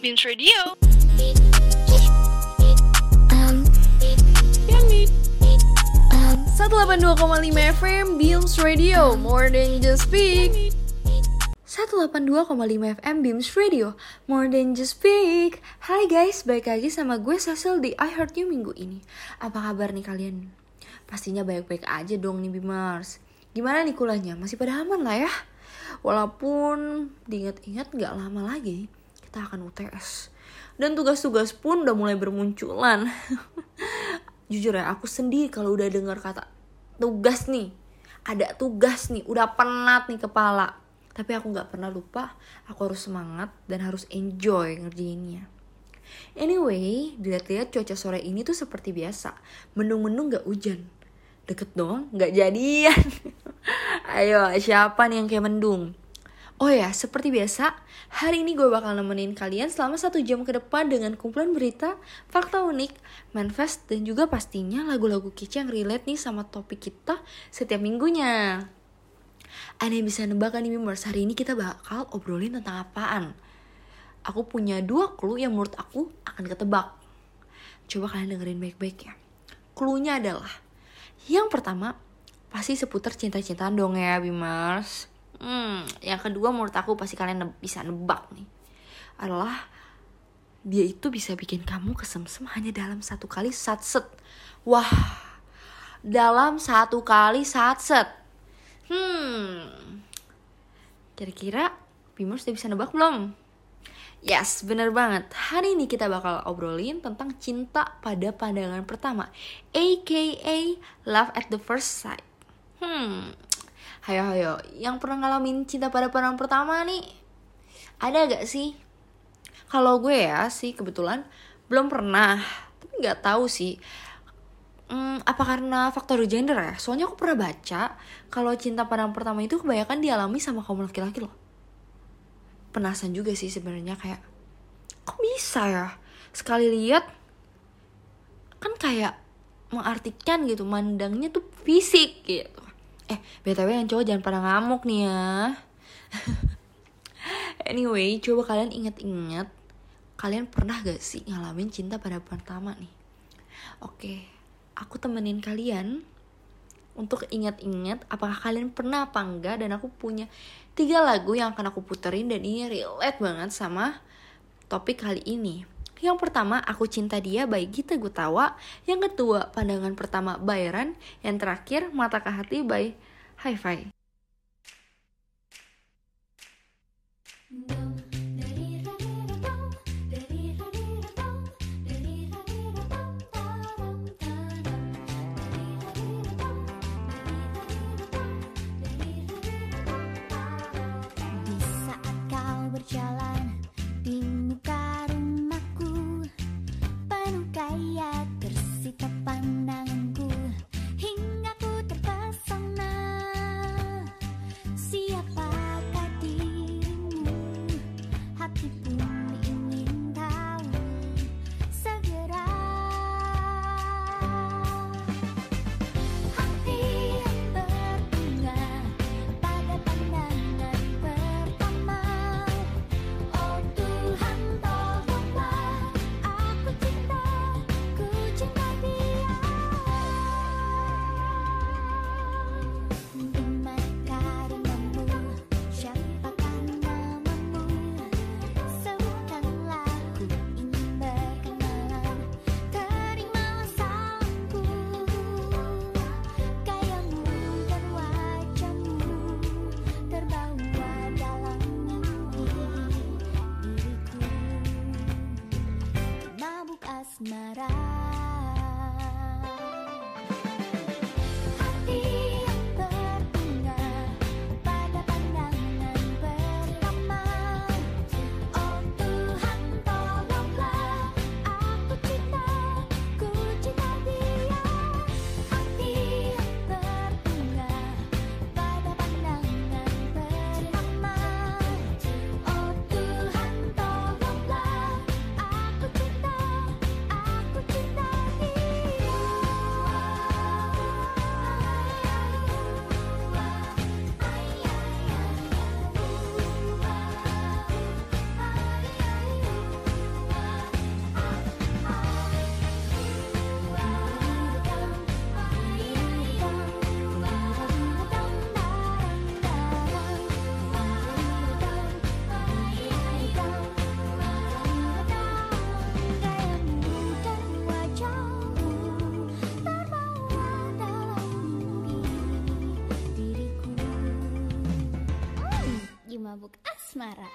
Beams Radio. 182,5 FM Beams Radio, more than just speak. 182,5 FM Beams Radio, more than just speak. Hai guys, balik lagi sama gue Cecil di I Heart You minggu ini. Apa kabar nih kalian? Pastinya baik-baik aja dong nih Beamers. Gimana nih kuliahnya? Masih pada aman lah ya? Walaupun diingat-ingat gak lama lagi kita akan UTS. Dan tugas-tugas pun udah mulai bermunculan. Jujur ya, aku sendiri kalau udah dengar kata tugas nih, ada tugas nih, udah penat nih kepala. Tapi aku gak pernah lupa, aku harus semangat dan harus enjoy ngerjainnya. Anyway, dilihat-lihat cuaca sore ini tuh seperti biasa, mendung-mendung gak hujan. Deket doang, gak jadian. Ayo, siapa nih yang kayak mendung? Oh ya, seperti biasa, hari ini gue bakal nemenin kalian selama 1 jam ke depan dengan kumpulan berita, fakta unik, manifest, dan juga pastinya lagu-lagu kece yang relate nih sama topik kita setiap minggunya. Ada yang bisa nebak kan nih Mimers, hari ini kita bakal obrolin tentang apaan? Aku punya 2 clue yang menurut aku akan ketebak. Coba kalian dengerin baik-baik ya. Clue-nya adalah, yang pertama, pasti seputar cinta-cintaan dong ya Mimers. Yang kedua menurut aku pasti kalian bisa nebak nih, adalah dia itu bisa bikin kamu kesemsem hanya dalam 1 kali satset. Wah, dalam 1 kali satset. Kira-kira Bimers udah bisa nebak belum? Yes, bener banget. Hari ini kita bakal obrolin tentang cinta pada pandangan pertama, aka love at the first sight. Hayo, yang pernah ngalamin cinta pada pandangan pertama nih, ada gak sih? Kalau gue ya sih kebetulan belum pernah, tapi gak tahu sih. Apa karena faktor gender ya? Soalnya aku pernah baca kalau cinta pandangan pertama itu kebanyakan dialami sama kaum laki-laki loh. Penasaran juga sih sebenarnya, kayak kok bisa ya? Sekali lihat kan kayak mengartikan gitu, mandangnya tuh fisik gitu. BTW yang cowok jangan pada ngamuk nih ya. Anyway, coba kalian inget-inget, kalian pernah gak sih ngalamin cinta pada pertama nih? Oke, aku temenin kalian untuk inget-inget apakah kalian pernah apa enggak. Dan aku punya 3 lagu yang akan aku puterin dan ini relate banget sama topik kali ini. Yang pertama, Aku Cinta Dia by Gita Gutawa. Yang kedua, Pandangan Pertama by Ran. Yang terakhir, Mata ke Hati by Hi-Fi. Di saat kau berjalan di muka rumahku, penuh gaya tersita pandanganku, hingga ku terpesona. Siapakah dirimu? Hati pun ingin tahu segera. Hati yang berbunga pada pandangan pertama. Asmara.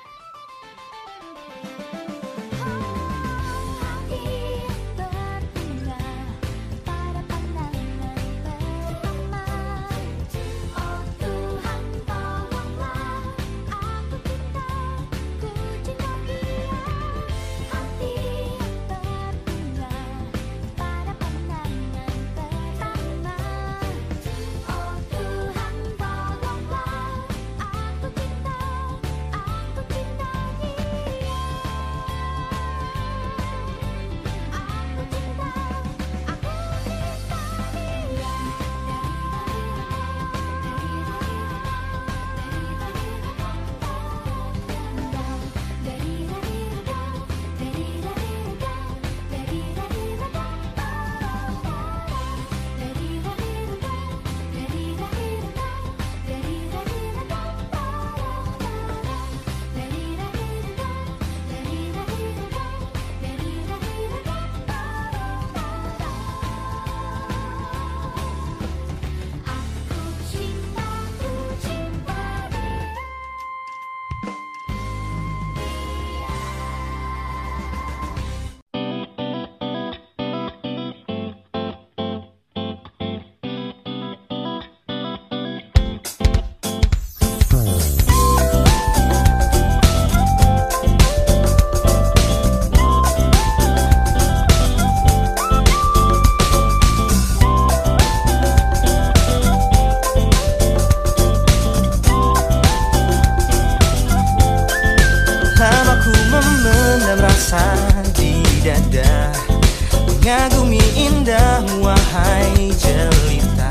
Di dada mengagumi indahmu wahai jelita,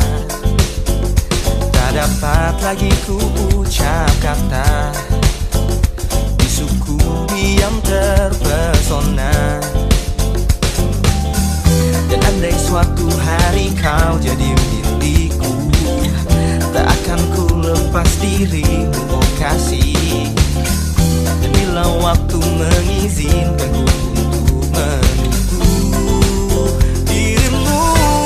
tak dapat lagi ku ucap kata, bisuku diam terpesona. Dan andai suatu hari kau jadi milikku, tak akan ku lepas dirimu, oh kasih. Dan bila waktu mengizinkanku untuk menunggu dirimu,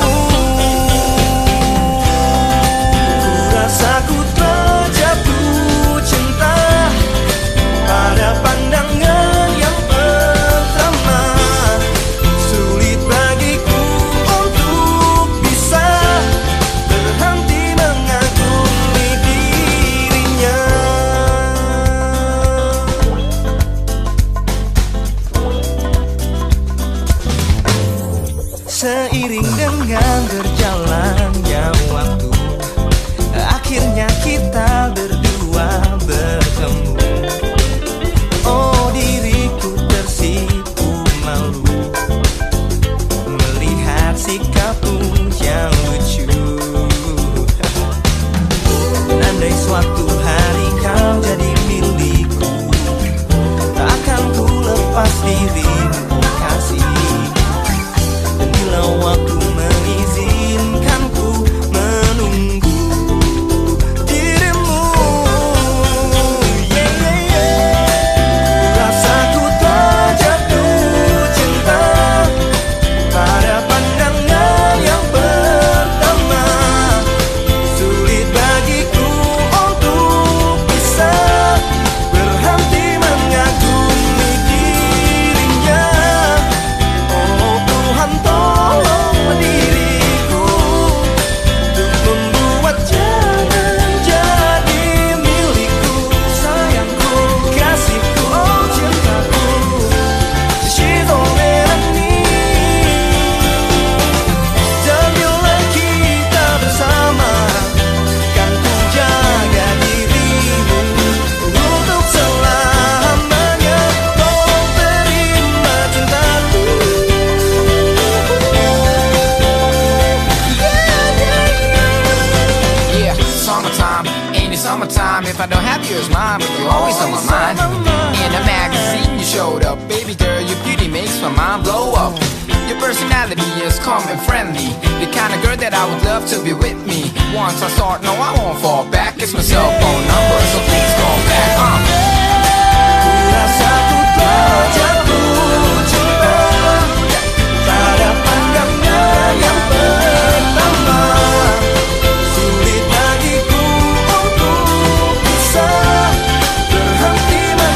ku rasa ku telah jatuh cinta pada pandangan yang pertama. Sulit bagiku untuk bisa berhenti mengagumi dirinya. Seiring dengan berjalannya waktu, akhirnya kita berdua bertemu. Oh diriku tersipu malu melihat sikapmu yang lucu. Dan andai suatu hari kau jadi milikku, tak akan ku lepas dirimu, oh kasih. Dan bila waktu mengizinkanku menunggu dirimu, yeah, yeah, yeah. Rasaku telah jatuh cinta pada pandangan yang pertama. Sulit bagiku untuk bisa berhenti mengagumi dirinya. Oh Tuhan tolong diriku untuk membuat jangan jadi milikku. Sayangku, kasihku, oh cintaku, she's all that I need. Dan bila kita bersama, kan ku jaga dirimu untuk selamanya. Tolong terima cintaku. Yeah, summertime, ain't it summertime? If I don't have you as mine, but you're always on my mind. In a magazine you showed up, baby girl, your beauty makes my mind blow up. Your personality is calm and friendly, the kind of girl that I would love to be with me. Once I start, no I won't fall back. It's my cell phone number, so please call back. Ku rasa ku telah jatuh cinta pada pandangan yang pertama. Sulit bagiku untuk bisa berhenti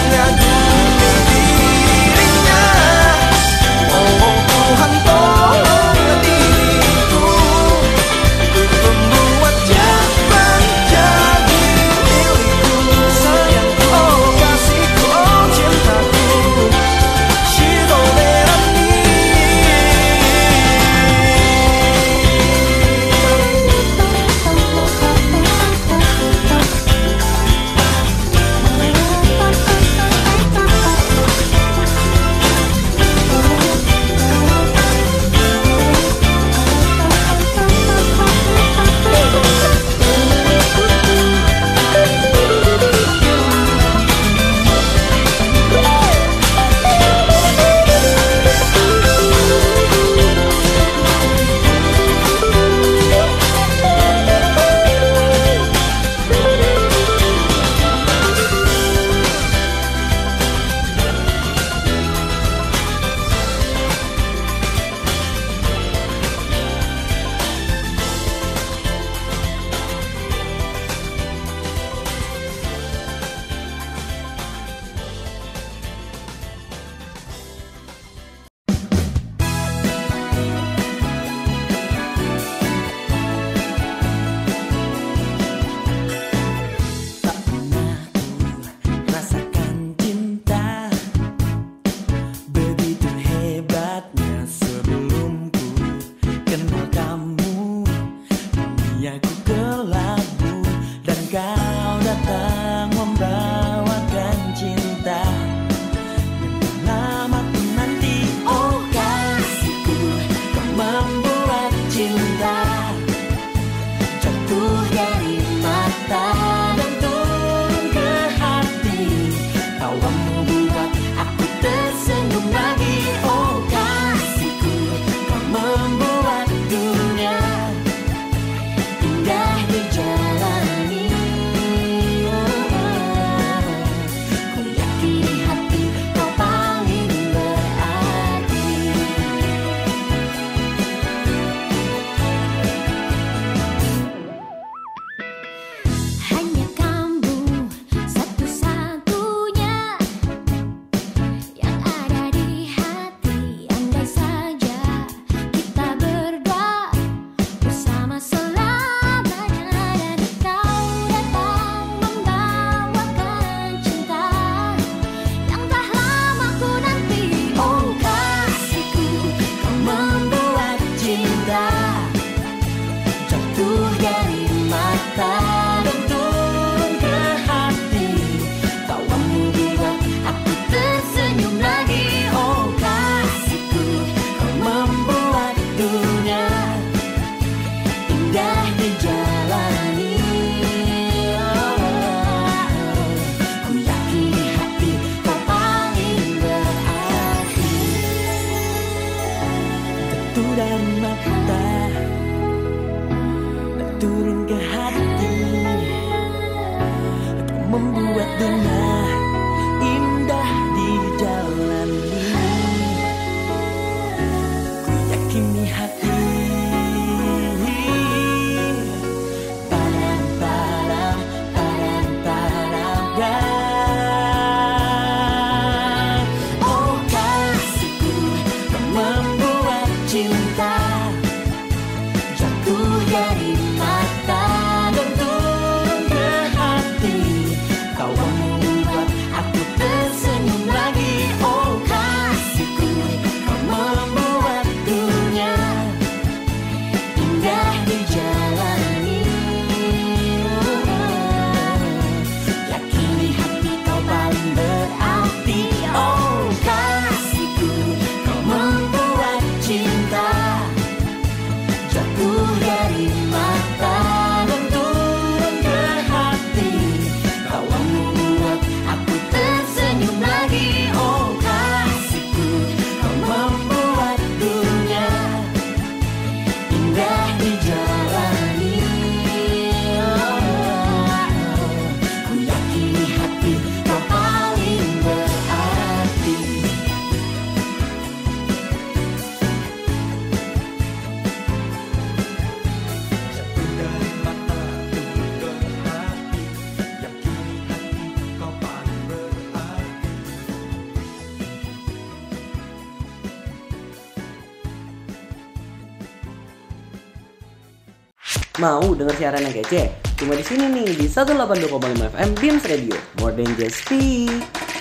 Mau denger siaran yang kece? Cuma di sini nih di 182,5 FM Beams Radio. More than just speak.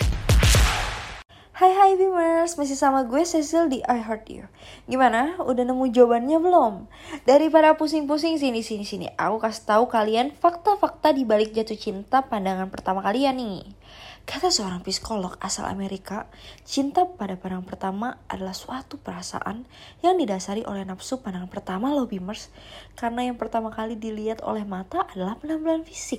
Hai Beamers, masih sama gue Cecil di I Heart You. Gimana? Udah nemu jawabannya belum? Daripada pusing-pusing sini, aku kasih tahu kalian fakta-fakta di balik jatuh cinta pandangan pertama kalian nih. Kata seorang psikolog asal Amerika, cinta pada pandangan pertama adalah suatu perasaan yang didasari oleh nafsu pandangan pertama loh Beamers. Karena yang pertama kali dilihat oleh mata adalah penampilan fisik.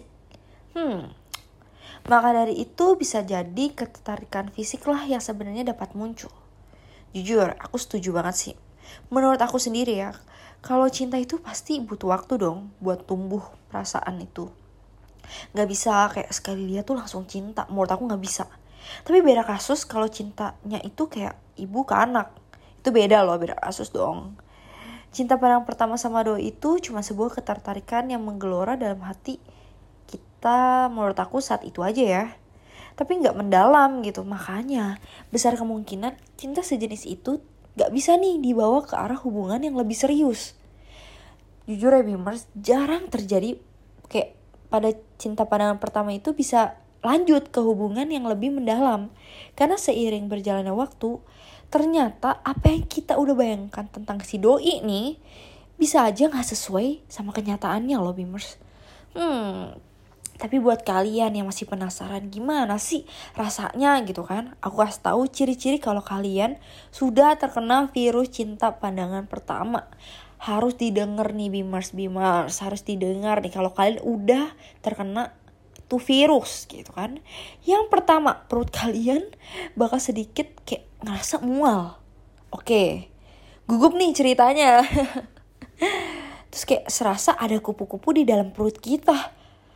Maka dari itu bisa jadi ketertarikan fisik lah yang sebenarnya dapat muncul. Jujur, aku setuju banget sih. Menurut aku sendiri ya, kalau cinta itu pasti butuh waktu dong buat tumbuh perasaan itu. Gak bisa kayak sekali lihat tuh langsung cinta, menurut aku gak bisa. Tapi beda kasus kalau cintanya itu kayak ibu ke anak. Itu beda loh, beda kasus dong. Cinta pandangan pertama sama doi itu cuma sebuah ketertarikan yang menggelora dalam hati kita, menurut aku saat itu aja ya. Tapi gak mendalam gitu. Makanya besar kemungkinan cinta sejenis itu gak bisa nih dibawa ke arah hubungan yang lebih serius. Jujur ya Beamers, jarang terjadi kayak pada cinta pandangan pertama itu bisa lanjut ke hubungan yang lebih mendalam. Karena seiring berjalannya waktu, ternyata apa yang kita udah bayangkan tentang si doi nih bisa aja gak sesuai sama kenyataannya loh Beamers. Tapi buat kalian yang masih penasaran gimana sih rasanya gitu kan, aku kasih tahu ciri-ciri kalau kalian sudah terkena virus cinta pandangan pertama. Harus didengar nih Beamers, harus didengar nih kalau kalian udah terkena itu virus gitu kan. Yang pertama, perut kalian bakal sedikit kayak ngerasa mual. Oke, gugup nih ceritanya. Terus kayak serasa ada kupu-kupu di dalam perut kita.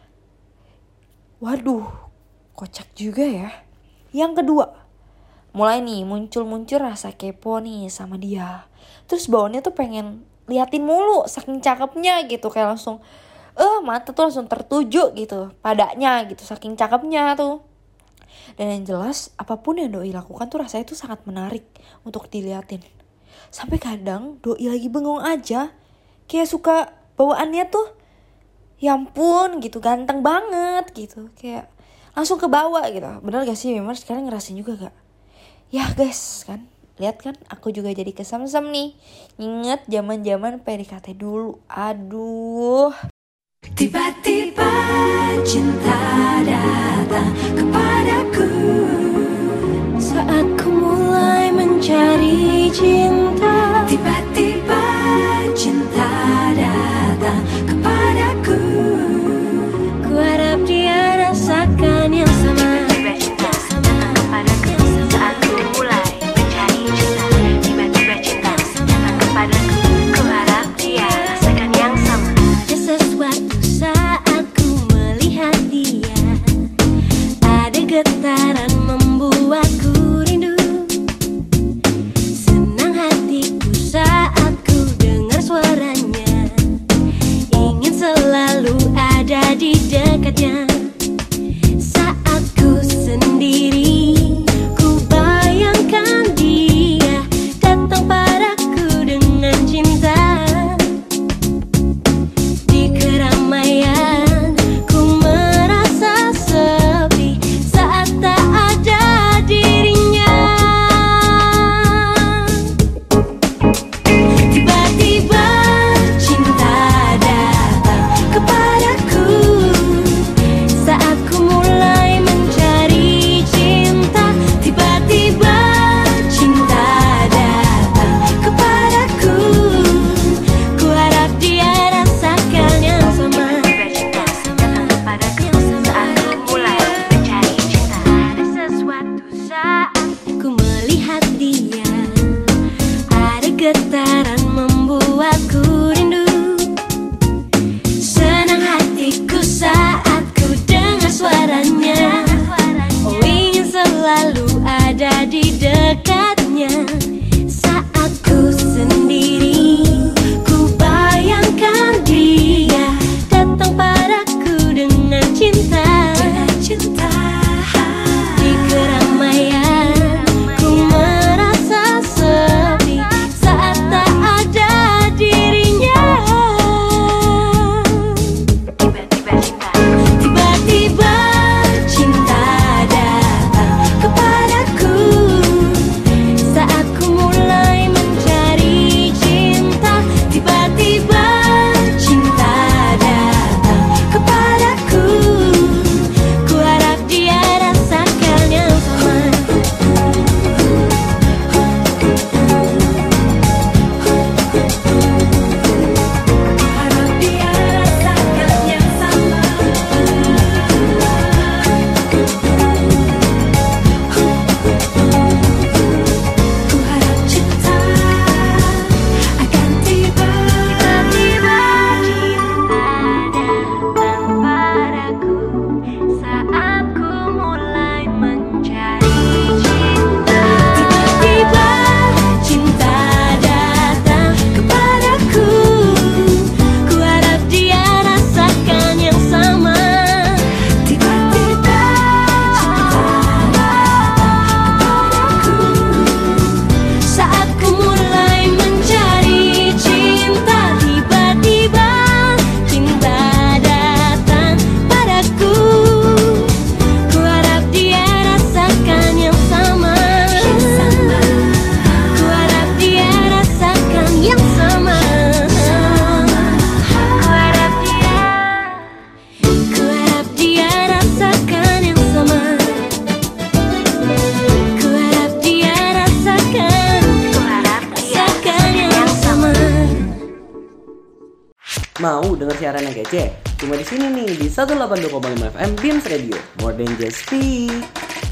Waduh, kocak juga ya. Yang kedua, mulai nih muncul rasa kepo nih sama dia. Terus bawaannya tuh pengen liatin mulu saking cakepnya gitu. Kayak langsung mata tuh langsung tertuju gitu padanya gitu saking cakepnya tuh. Dan yang jelas apapun yang doi lakukan tuh rasanya tuh sangat menarik untuk diliatin. Sampai kadang doi lagi bengong aja kayak suka bawaannya tuh ya ampun gitu, ganteng banget gitu. Kayak langsung ke bawah gitu. Bener gak sih Beamers? Kalian ngerasain juga gak? Ya guys kan, lihat kan aku juga jadi kesem-sem nih. Ingat zaman-zaman PDKT dulu. Aduh. Tiba-tiba cinta datang kepadaku saat ku mulai mencari cinta. Tiba-tiba cinta datang kepadaku. Ku harap dia rasakan yang sama. Tiba-tiba cinta datang kepadaku saat ku mulai mencari cinta. Tiba-tiba cinta datang kepadaku. Ku harap dia rasakan yang sama. Ada sesuatu saat ku melihat dia, ada getaran membuatku rindu. Senang Mau denger siaran yang kece? Cuma di sini nih di 182,5 FM Beams Radio. More than just speak.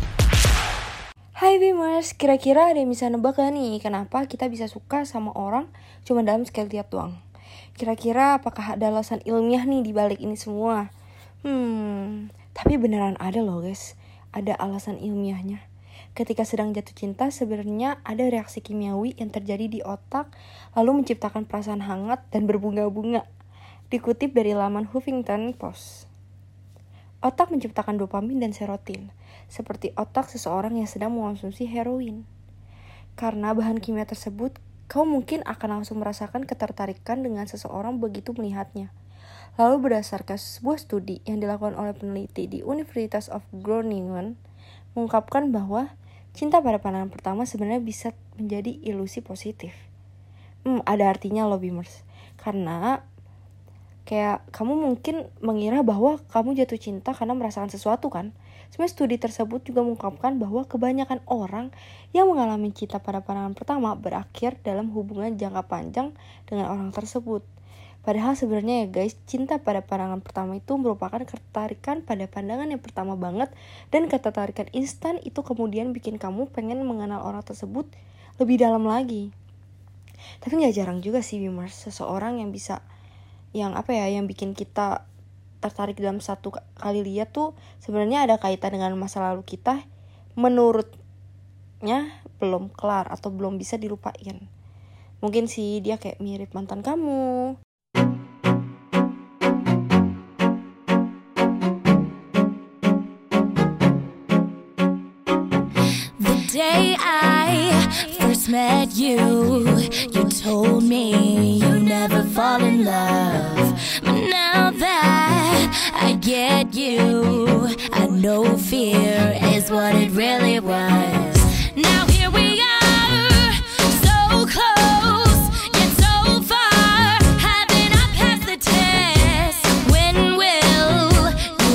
Hai Beamers, kira-kira ada yang bisa nebak gak nih kenapa kita bisa suka sama orang cuma dalam sekali lihat doang? Kira-kira apakah ada alasan ilmiah nih di balik ini semua? Tapi beneran ada loh guys, ada alasan ilmiahnya. Ketika sedang jatuh cinta sebenarnya ada reaksi kimiawi yang terjadi di otak lalu menciptakan perasaan hangat dan berbunga-bunga. Dikutip dari laman Huffington Post. Otak menciptakan dopamin dan serotin, seperti otak seseorang yang sedang mengonsumsi heroin. Karena bahan kimia tersebut, kau mungkin akan langsung merasakan ketertarikan dengan seseorang begitu melihatnya. Lalu berdasarkan sebuah studi yang dilakukan oleh peneliti di Universitas of Groningen, mengungkapkan bahwa cinta pada pandangan pertama sebenarnya bisa menjadi ilusi positif. Ada artinya loh Beamers, karena kayak kamu mungkin mengira bahwa kamu jatuh cinta karena merasakan sesuatu kan. Sebenarnya studi tersebut juga mengungkapkan bahwa kebanyakan orang yang mengalami cinta pada pandangan pertama berakhir dalam hubungan jangka panjang dengan orang tersebut. Padahal sebenarnya ya guys, cinta pada pandangan pertama itu merupakan ketertarikan pada pandangan yang pertama banget. Dan ketertarikan instan itu kemudian bikin kamu pengen mengenal orang tersebut lebih dalam lagi. Tapi gak jarang juga sih Beamers, seseorang yang bisa yang bikin kita tertarik dalam satu kali lihat tuh sebenarnya ada kaitan dengan masa lalu kita, menurutnya belum kelar atau belum bisa dilupain. Mungkin sih dia kayak mirip mantan kamu. The day I first met you, you told me you never fall in love. But now that I get you, I know fear is what it really was. Now here we are, so close, yet so far. Haven't I passed the test? When will you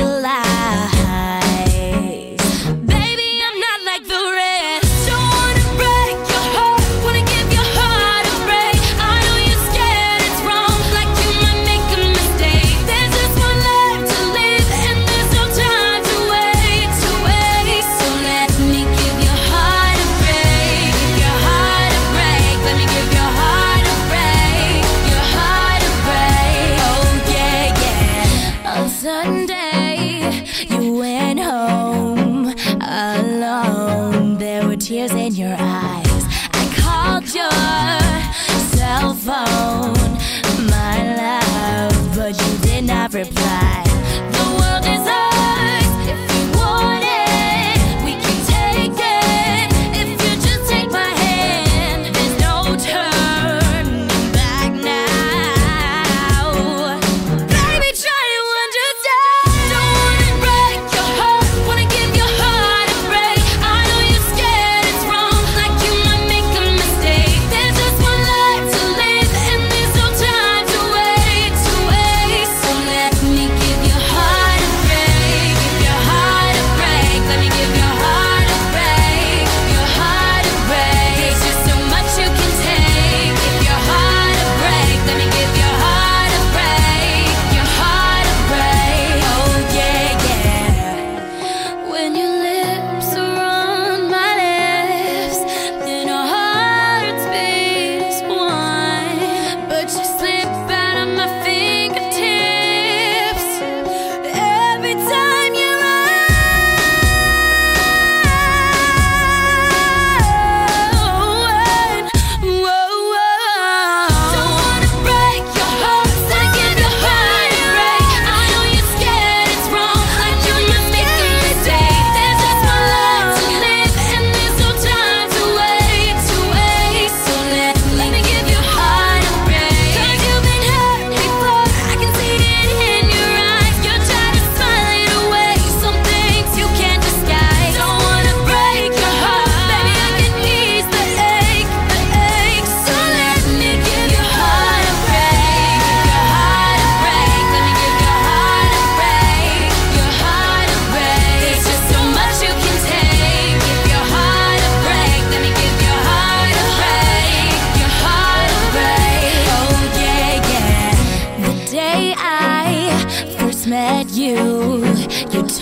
realize? Baby, I'm not like the rest. Don't wanna break your heart, wanna give your heart a break. I know you're scared it's wrong, like you might make a mistake. There's just one life to live, and there's no time to wait, to waste. So let me give your heart a break, give your heart a break. Let me give your heart a break, your heart a break. Oh yeah, yeah. On Sunday, you went home alone. There were tears in your eyes. I called your cell phone, my love, but you did not reply. The world is ours if we want it. We can take it if you just take my hand. There's no turning back now. Baby, try to understand. Don't wanna break your heart, wanna give your heart a break. I know you're scared it's wrong, like you might make a mistake. There's just one life to live, and there's no time to wait, to waste. So let me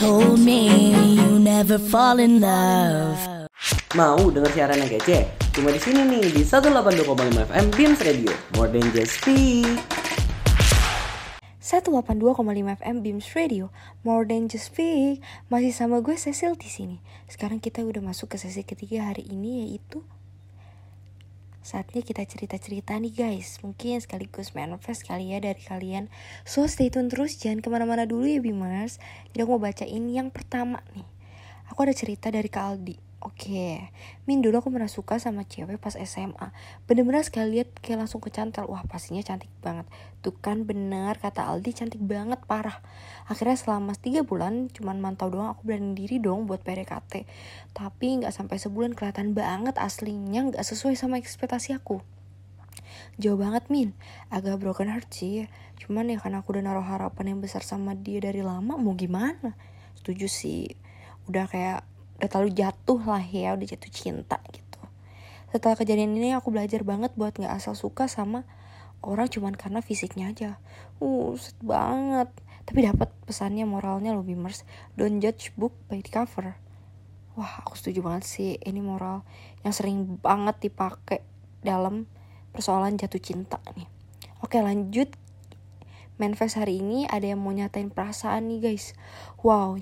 told me you never fall in love. Mau denger siaran yang kece? Cuma di sini nih di 182,5 FM Beams Radio. More than just speak. 182,5 FM Beams Radio, More Than Just Speak. Masih sama gue Cecil di sini. Sekarang kita udah masuk ke sesi ketiga hari ini, yaitu saatnya kita cerita-cerita nih guys. Mungkin sekaligus manifest kali ya dari kalian. So stay tune terus, jangan kemana-mana dulu ya Bimers. Jadi aku mau bacain yang pertama nih. Aku ada cerita dari Kak Aldi. Oke, Min, dulu aku pernah suka sama cewek pas SMA. Bener-bener sekali lihat kayak langsung kecantel. Wah, pastinya cantik banget. Tuh kan bener kata Aldi, cantik banget, parah. Akhirnya selama 3 bulan cuman mantau doang, aku berani diri dong buat PDKT. Tapi gak sampai sebulan kelihatan banget aslinya gak sesuai sama ekspektasi aku. Jauh banget Min, agak broken heart sih. Cuman ya karena aku udah naruh harapan yang besar sama dia dari lama, mau gimana? Setuju sih, udah terlalu jatuh lah ya, udah jatuh cinta gitu. Setelah kejadian ini aku belajar banget buat gak asal suka sama orang cuman karena fisiknya aja. Set banget. Tapi dapat pesannya, moralnya loh Bimers. Don't judge book by the cover. Wah, aku setuju banget sih. Ini moral yang sering banget dipakai dalam persoalan jatuh cinta nih. Oke, lanjut. Manifest hari ini ada yang mau nyatain perasaan nih guys. Wow,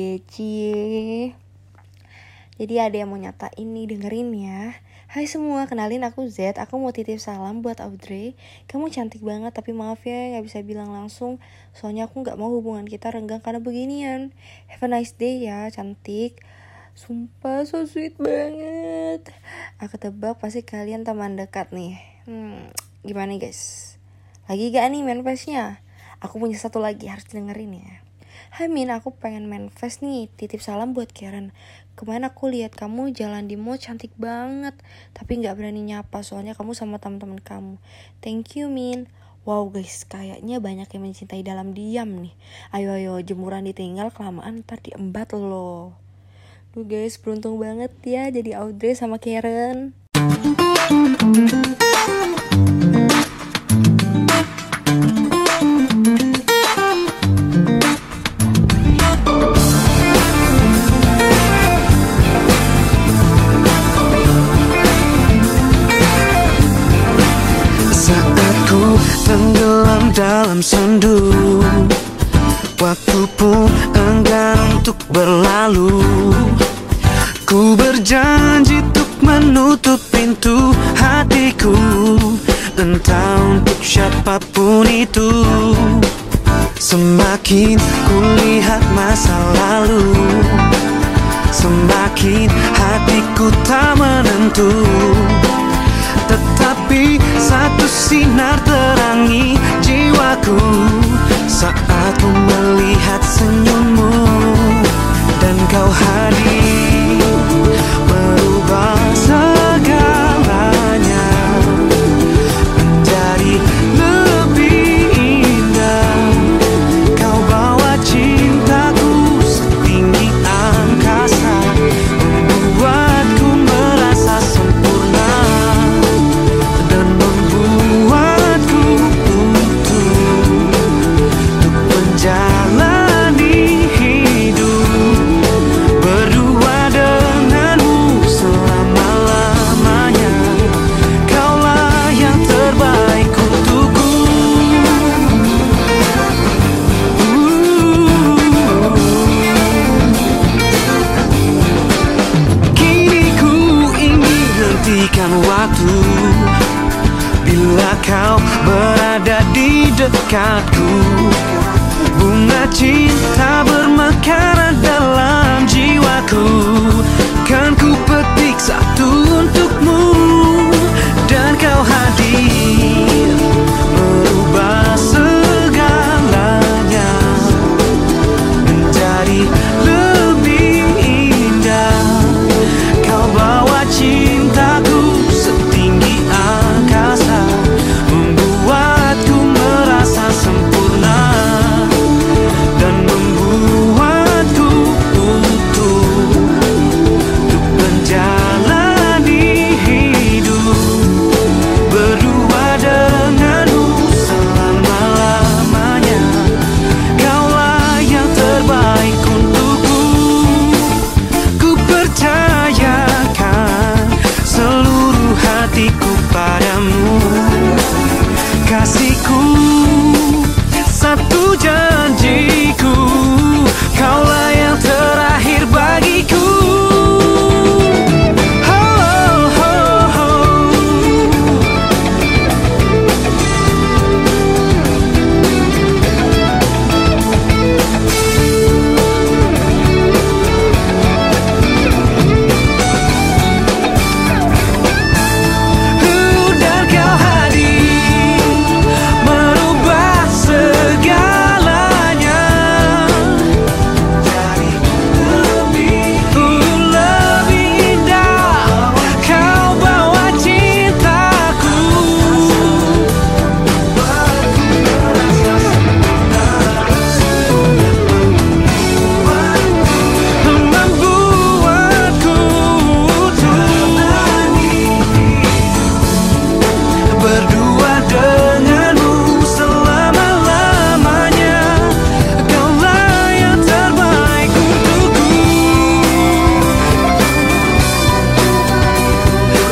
cie. Jadi ada yang mau nyatain nih, dengerin ya. Hai semua, kenalin aku Z. Aku mau titip salam buat Audrey. Kamu cantik banget, tapi maaf ya gak bisa bilang langsung. Soalnya aku gak mau hubungan kita renggang karena beginian. Have a nice day ya, cantik. Sumpah so sweet banget. Aku tebak pasti kalian teman dekat nih. Gimana guys? Lagi gak nih manifestnya? Aku punya satu lagi, harus dengerin ya. Hai Min, aku pengen manifest nih. Titip salam buat Karen. Kemarin aku lihat kamu jalan di mall cantik banget, tapi gak berani nyapa soalnya kamu sama teman-teman kamu. Thank you Min. Wow guys, kayaknya banyak yang mencintai dalam diam nih. Ayo jemuran ditinggal kelamaan ntar diembat loh. Duh guys, beruntung banget ya jadi Audrey sama Karen. Tenggelam dalam sendu, waktu pun enggan untuk berlalu. Ku berjanji untuk menutup pintu hatiku, entah untuk siapapun itu. Semakin ku lihat masa lalu, semakin hatiku tak menentu. Tetapi satu sinar terangi jiwaku saat ku melihat senyummu, dan kau hadir merubah segalanya menjadi lebih indah. Kau bawa cintaku setinggi angkasa, membuatku merasa sempurna dan membuatku utuh untuk menjalani hidup berdua denganmu selama-lamanya. Kaulah yang terbaik untukku. Kini ku ingin hentikan waktu bila kau berada di dekatku. Bunga cinta bermekaran dalam jiwaku, kan ku petik satu untukmu, dan kau hadir merubah segalanya menjadi lebih indah. Kau bawa cintaku setinggi angkasa, membuatku merasa sempurna dan membuatku utuh untuk menjalani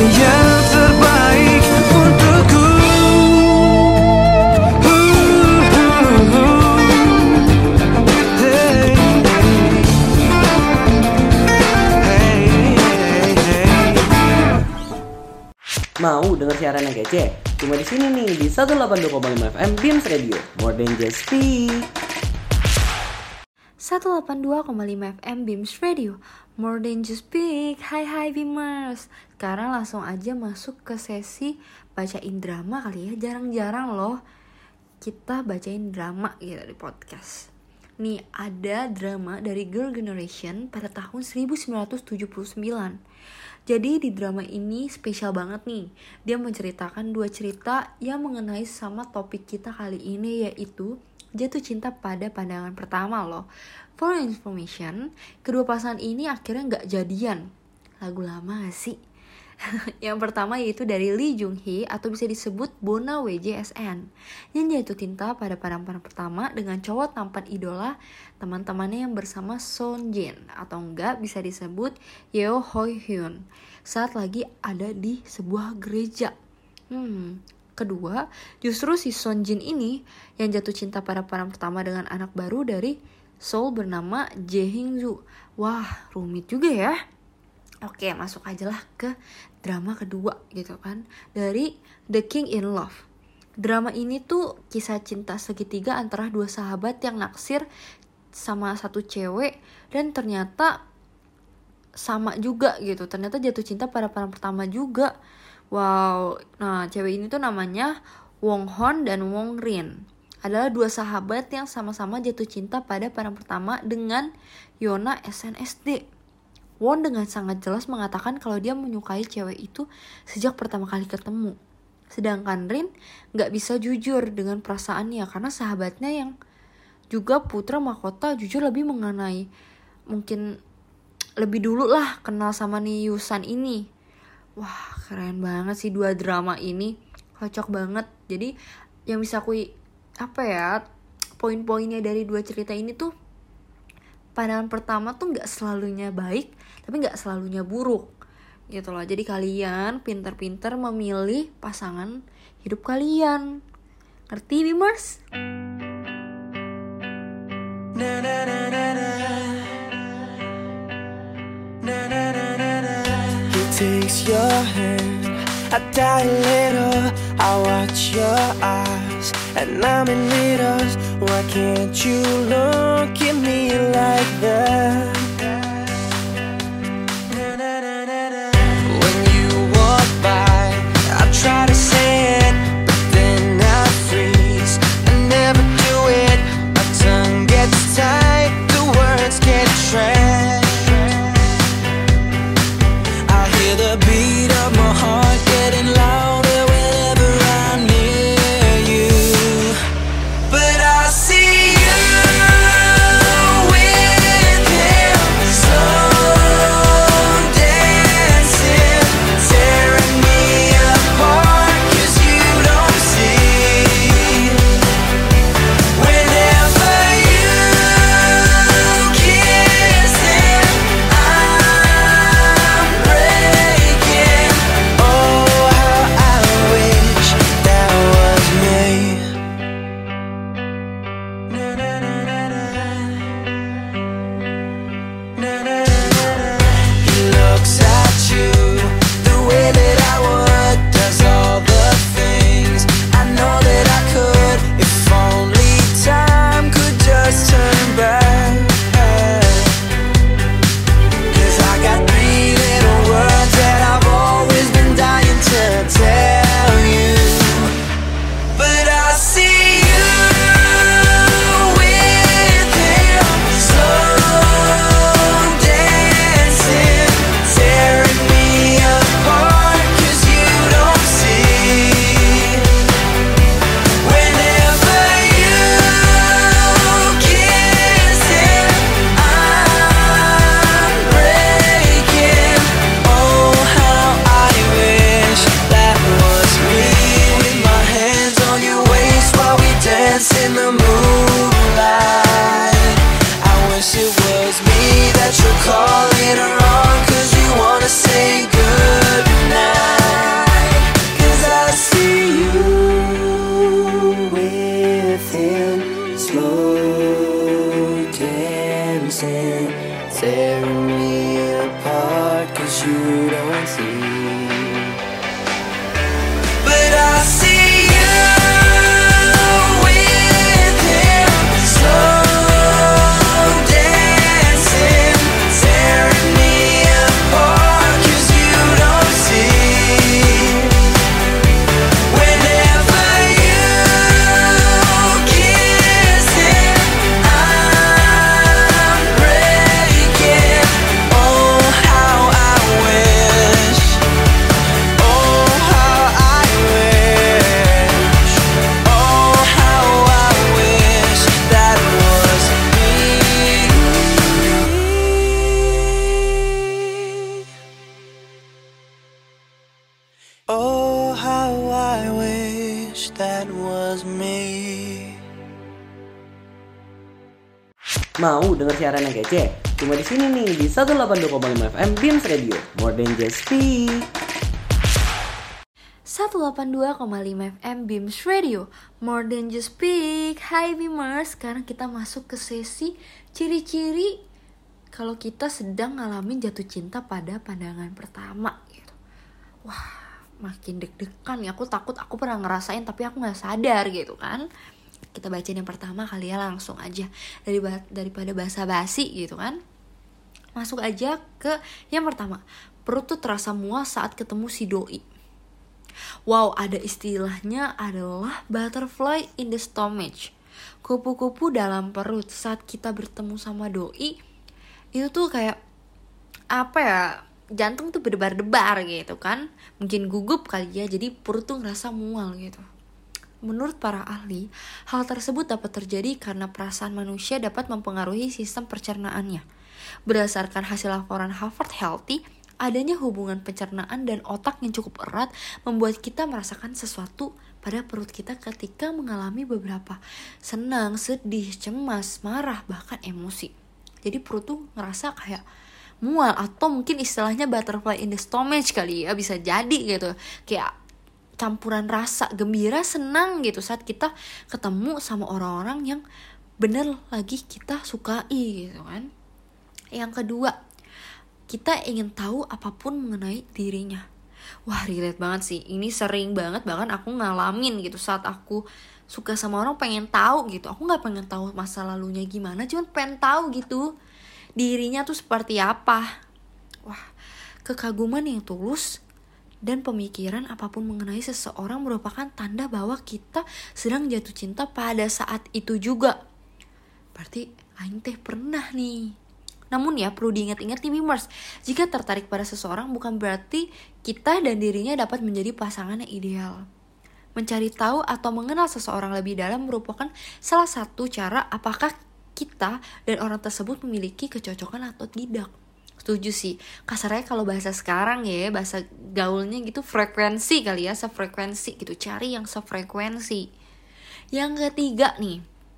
yang terbaik untukku. Mau denger siaran yang kece? Cuma di sini nih di 182,5 FM Beams Radio. More than just speak. 182,5 FM Beams Radio, More Than Just Speak. Hai Beamers. Sekarang langsung aja masuk ke sesi bacain drama kali ya. Jarang-jarang loh kita bacain drama gitu di podcast. Nih ada drama dari Girl Generation pada tahun 1979. Jadi di drama ini spesial banget nih. Dia menceritakan dua cerita yang mengenai sama topik kita kali ini, yaitu jatuh cinta pada pandangan pertama loh. For information, kedua pasangan ini akhirnya gak jadian. Lagu lama gak sih? Yang pertama yaitu dari Lee Jung Hee atau bisa disebut Bona WJSN, yang jatuh cinta pada pandangan pertama dengan cowok tampan idola teman-temannya yang bersama Son Jin atau enggak bisa disebut Yeo Hoi Hyun saat lagi ada di sebuah gereja. Kedua, justru si Son Jin ini yang jatuh cinta pada pandangan pertama dengan anak baru dari Seoul bernama Jae Hyung Joo. Wah, rumit juga ya. Oke, masuk aja lah ke drama kedua gitu kan, dari The King in Love. Drama ini tuh kisah cinta segitiga antara dua sahabat yang naksir sama satu cewek dan ternyata sama juga gitu. Ternyata jatuh cinta pada pandangan pertama juga. Wow, nah cewek ini tuh namanya Wong Hon dan Wong Rin. Adalah dua sahabat yang sama-sama jatuh cinta pada pandangan pertama dengan Yona SNSD. Won dengan sangat jelas mengatakan kalau dia menyukai cewek itu sejak pertama kali ketemu. Sedangkan Rin gak bisa jujur dengan perasaannya karena sahabatnya yang juga putra mahkota jujur lebih mengenai, mungkin lebih dulu lah kenal sama nih Yusan ini. Wah, keren banget sih dua drama ini, kocak banget. Jadi yang bisa aku poin-poinnya dari dua cerita ini tuh, pandangan pertama tuh gak selalunya baik tapi gak selalunya buruk gitu loh. Jadi kalian pinter-pinter memilih pasangan hidup kalian. Ngerti Beamers? He takes your hand, I die a little, I watch your eyes, and I'm in riddles. Why can't you look at me like that? When you walk by, I try to say it, but then I freeze. I never do it, my tongue gets tight, the words get trapped. I hear the beat of my heart getting louder whenever I'm near you. But I see you with him, slow dancing, tearing me apart 'cause you don't see. Whenever you kiss him, I'm breaking. Oh, Oh, how I wish that was me. Mau denger siaran yang kece? Cuma di sini nih di 182,5 FM Beams Radio. More than just speak. 182,5 FM Beams Radio, More Than Just Speak. Hai Beamers, sekarang kita masuk ke sesi ciri-ciri kalau kita sedang ngalamin jatuh cinta pada pandangan pertama gitu. Wah, makin deg-degan nih, aku takut aku pernah ngerasain tapi aku gak sadar gitu kan. Kita bacain yang pertama kali ya, langsung aja daripada basa-basi gitu kan. Masuk aja ke yang pertama. Perut tuh terasa mual saat ketemu si doi. Wow, ada istilahnya adalah butterfly in the stomach. Kupu-kupu dalam perut saat kita bertemu sama doi. Itu tuh kayak apa ya, jantung tuh berdebar-debar gitu kan. Mungkin gugup kali ya, jadi perut tuh ngerasa mual gitu. Menurut para ahli, hal tersebut dapat terjadi karena perasaan manusia dapat mempengaruhi sistem pencernaannya. Berdasarkan hasil laporan Harvard Healthy, adanya hubungan pencernaan dan otak yang cukup erat membuat kita merasakan sesuatu pada perut kita ketika mengalami beberapa senang, sedih, cemas, marah, bahkan emosi. Jadi perut tuh ngerasa kayak mual, atau mungkin istilahnya butterfly in the stomach kali ya, bisa jadi gitu. Kayak campuran rasa gembira, senang gitu saat kita ketemu sama orang-orang yang bener lagi kita sukai gitu kan. Yang kedua, kita ingin tahu apapun mengenai dirinya. Wah, relate banget sih. Ini sering banget, bahkan aku ngalamin gitu. Saat aku suka sama orang, pengen tahu gitu. Aku gak pengen tahu masa lalunya gimana, cuman pengen tahu gitu dirinya tuh seperti apa. Wah, kekaguman yang tulus dan pemikiran apapun mengenai seseorang merupakan tanda bahwa kita sedang jatuh cinta pada saat itu juga. Berarti aing teh pernah nih. Namun ya, perlu diingat-ingat nih Beamers, jika tertarik pada seseorang bukan berarti kita dan dirinya dapat menjadi pasangan yang ideal. Mencari tahu atau mengenal seseorang lebih dalam merupakan salah satu cara apakah kita dan orang tersebut memiliki kecocokan atau tidak. Setuju sih, kasarnya kalau bahasa sekarang ya, bahasa gaulnya gitu, frekuensi kali ya, sefrekuensi gitu, cari yang sefrekuensi. Yang ketiga nih,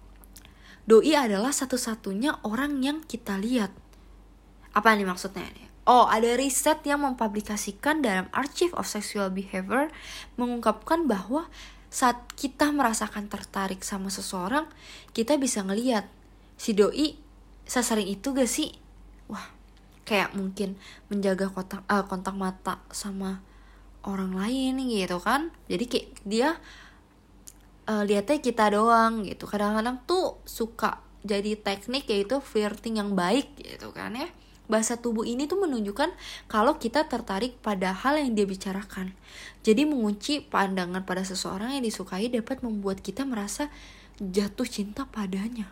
doi adalah satu-satunya orang yang kita lihat. Apa nih maksudnya nih? Oh, ada riset yang mempublikasikan dalam Archive of Sexual Behavior mengungkapkan bahwa saat kita merasakan tertarik sama seseorang, kita bisa ngelihat si doi sesering itu gak sih? Wah, kayak mungkin menjaga kontak mata sama orang lain gitu kan. Jadi kayak dia lihatnya kita doang gitu. Kadang-kadang tuh suka jadi teknik yaitu flirting yang baik gitu kan ya. Bahasa tubuh ini tuh menunjukkan kalau kita tertarik pada hal yang dia bicarakan. Jadi mengunci pandangan pada seseorang yang disukai dapat membuat kita merasa jatuh cinta padanya.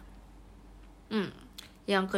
Yang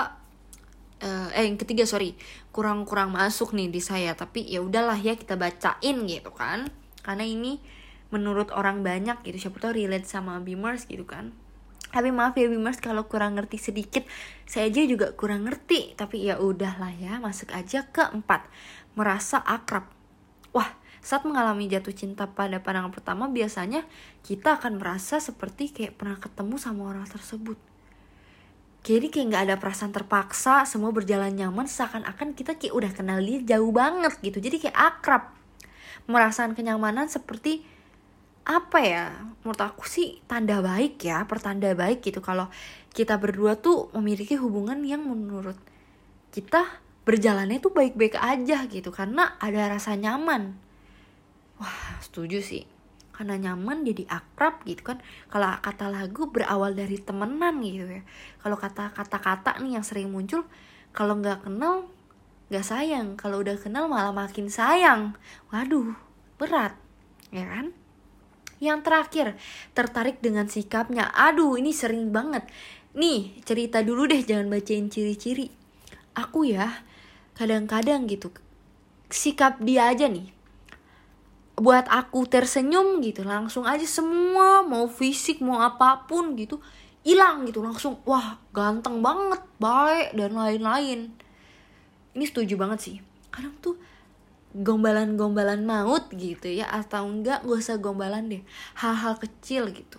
ketiga kurang masuk nih di saya, tapi ya udahlah ya, kita bacain gitu kan. Karena ini menurut orang banyak gitu, siapa tahu relate sama Beamers gitu kan. Tapi maaf ya Beamers kalau kurang ngerti sedikit, saya aja juga kurang ngerti. Tapi ya udahlah ya, masuk aja ke 4, merasa akrab. Wah, saat mengalami jatuh cinta pada pandangan pertama, biasanya kita akan merasa seperti kayak pernah ketemu sama orang tersebut. Jadi kayak gak ada perasaan terpaksa, semua berjalan nyaman, seakan-akan kita kayak udah kenal dia jauh banget gitu. Jadi kayak akrab, merasakan kenyamanan seperti apa ya, menurut aku sih tanda baik ya, pertanda baik gitu kalau kita berdua tuh memiliki hubungan yang menurut kita berjalannya tuh baik-baik aja gitu, karena ada rasa nyaman. Wah, setuju sih, karena nyaman jadi akrab gitu kan. Kalau kata lagu berawal dari temenan gitu ya. Kalau kata-kata nih yang sering muncul, kalau nggak kenal nggak sayang, kalau udah kenal malah makin sayang. Waduh, berat ya kan. Yang terakhir, tertarik dengan sikapnya. Aduh, ini sering banget. Nih, cerita dulu deh, jangan bacain ciri-ciri. Aku ya, kadang-kadang gitu, sikap dia aja nih, buat aku tersenyum gitu, langsung aja semua, mau fisik, mau apapun gitu, hilang gitu, langsung, wah ganteng banget, baik, dan lain-lain. Ini setuju banget sih. Kadang tuh gombalan-gombalan maut gitu ya, atau enggak gak usah gombalan deh, hal-hal kecil gitu.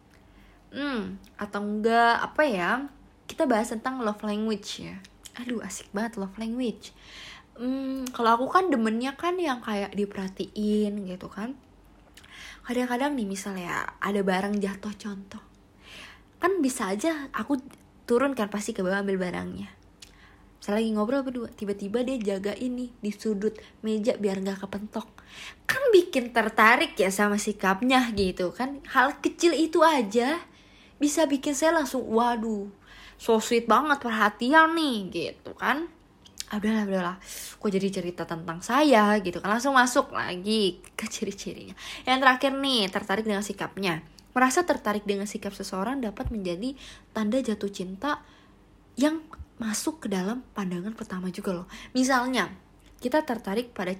Atau enggak apa ya, kita bahas tentang love language ya. Aduh asik banget love language. Kalau aku kan demennya kan yang kayak diperhatiin gitu kan. Kadang-kadang nih misalnya ada barang jatuh contoh, kan bisa aja aku turun kan pasti ke bawah ambil barangnya. Misalnya lagi ngobrol berdua, tiba-tiba dia jaga ini di sudut meja biar gak kepentok. Kan bikin tertarik ya sama sikapnya gitu kan. Hal kecil itu aja bisa bikin saya langsung waduh, so sweet banget, perhatian nih gitu kan. Udahlah, kok jadi cerita tentang saya gitu kan. Langsung masuk lagi ke ciri-cirinya. Yang terakhir nih, tertarik dengan sikapnya. Merasa tertarik dengan sikap seseorang dapat menjadi tanda jatuh cinta yang masuk ke dalam pandangan pertama juga loh. Misalnya kita tertarik pada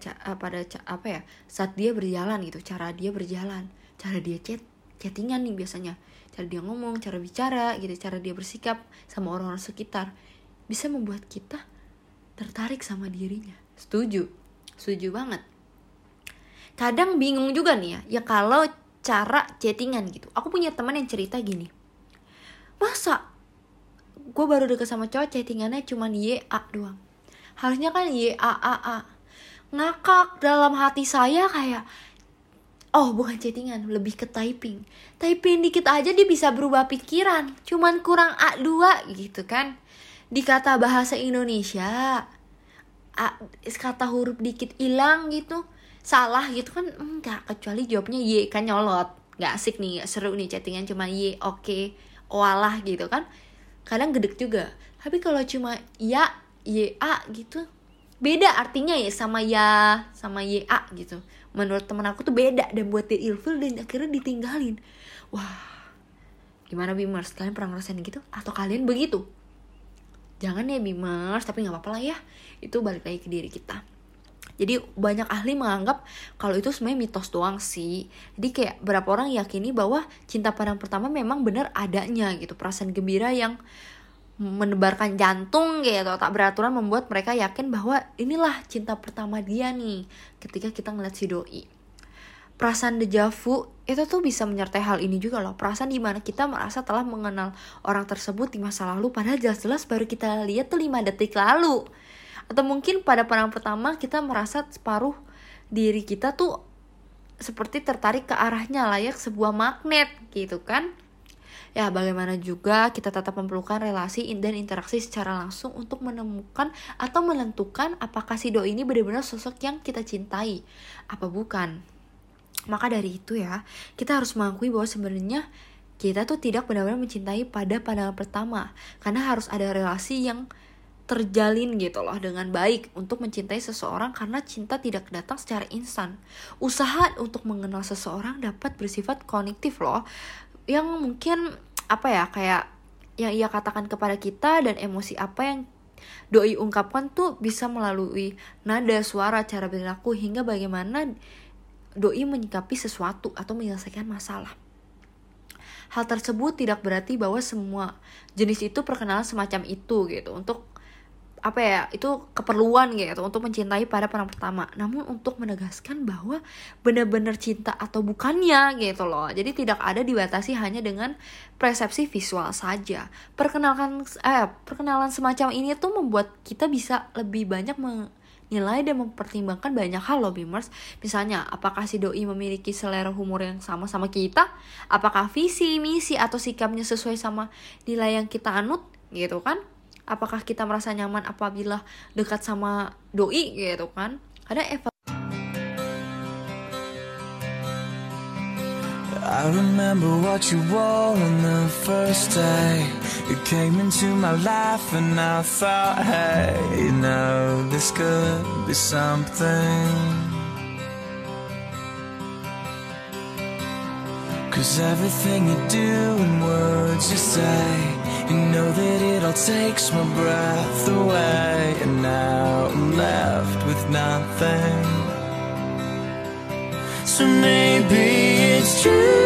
saat dia berjalan gitu, cara dia berjalan, cara dia chattingan nih biasanya, cara dia ngomong, cara bicara gitu, cara dia bersikap sama orang-orang sekitar bisa membuat kita tertarik sama dirinya. Setuju banget. Kadang bingung juga nih ya kalau cara chattingan gitu. Aku punya teman yang cerita gini, masa gue baru deket sama cowok chattingannya cuma YA doang, harusnya kan YAAA. Ngakak dalam hati saya kayak, oh bukan chattingan, lebih ke typing dikit aja dia bisa berubah pikiran, cuman kurang A2 gitu kan. Di kata bahasa Indonesia kata huruf dikit hilang gitu, salah gitu kan, enggak, kecuali jawabnya Y kan nyolot, nggak asik nih, gak seru nih chattingan cuma Y, oke, oalah gitu kan, kadang gedek juga. Tapi kalau cuma ya, YA gitu, beda artinya ya sama YA gitu. Menurut temen aku tuh beda dan buat dia ilfil dan akhirnya ditinggalin. Wah, gimana Bimers? Kalian pernah ngerasain gitu? Atau kalian begitu? Jangan ya Bimers, tapi gak apa-apa lah ya. Itu balik lagi ke diri kita. Jadi banyak ahli menganggap kalau itu sebenarnya mitos doang sih. Jadi kayak berapa orang yakini bahwa cinta pandang pertama memang benar adanya gitu. Perasaan gembira yang menebarkan jantung gitu, tak beraturan membuat mereka yakin bahwa inilah cinta pertama dia nih ketika kita ngeliat si doi. Perasaan dejavu itu tuh bisa menyertai hal ini juga loh. Perasaan dimana kita merasa telah mengenal orang tersebut di masa lalu, padahal jelas-jelas baru kita lihat tuh 5 detik lalu. Atau mungkin pada pandangan pertama kita merasa separuh diri kita tuh seperti tertarik ke arahnya layak sebuah magnet gitu kan. Ya bagaimana juga kita tetap memerlukan relasi dan interaksi secara langsung untuk menemukan atau menentukan apakah si doi ini benar-benar sosok yang kita cintai apa bukan. Maka dari itu ya, kita harus mengakui bahwa sebenarnya kita tuh tidak benar-benar mencintai pada pandangan pertama, karena harus ada relasi yang terjalin gitu loh dengan baik untuk mencintai seseorang, karena cinta tidak datang secara instan. Usaha untuk mengenal seseorang dapat bersifat konektif loh, yang mungkin kayak yang ia katakan kepada kita dan emosi apa yang doi ungkapkan tuh bisa melalui nada, suara, cara berlaku, hingga bagaimana doi menyikapi sesuatu atau menyelesaikan masalah. Hal tersebut tidak berarti bahwa semua jenis itu perkenalan semacam itu gitu, untuk itu keperluan gitu untuk mencintai pada pandangan pertama. Namun untuk menegaskan bahwa benar-benar cinta atau bukannya gitu loh. Jadi tidak ada dibatasi hanya dengan persepsi visual saja. Perkenalan semacam ini tuh membuat kita bisa lebih banyak menilai dan mempertimbangkan banyak hal loh Bimers. Misalnya, apakah si doi memiliki selera humor yang sama kita? Apakah visi, misi, atau sikapnya sesuai sama nilai yang kita anut gitu kan? Apakah kita merasa nyaman apabila dekat sama doi gitu kan? Kadang I remember what you wore on the first day. You came into my life and I thought, hey, this could be something. 'Cause everything you do and words you say, you know that it all takes my breath away. And now I'm left with nothing. So maybe it's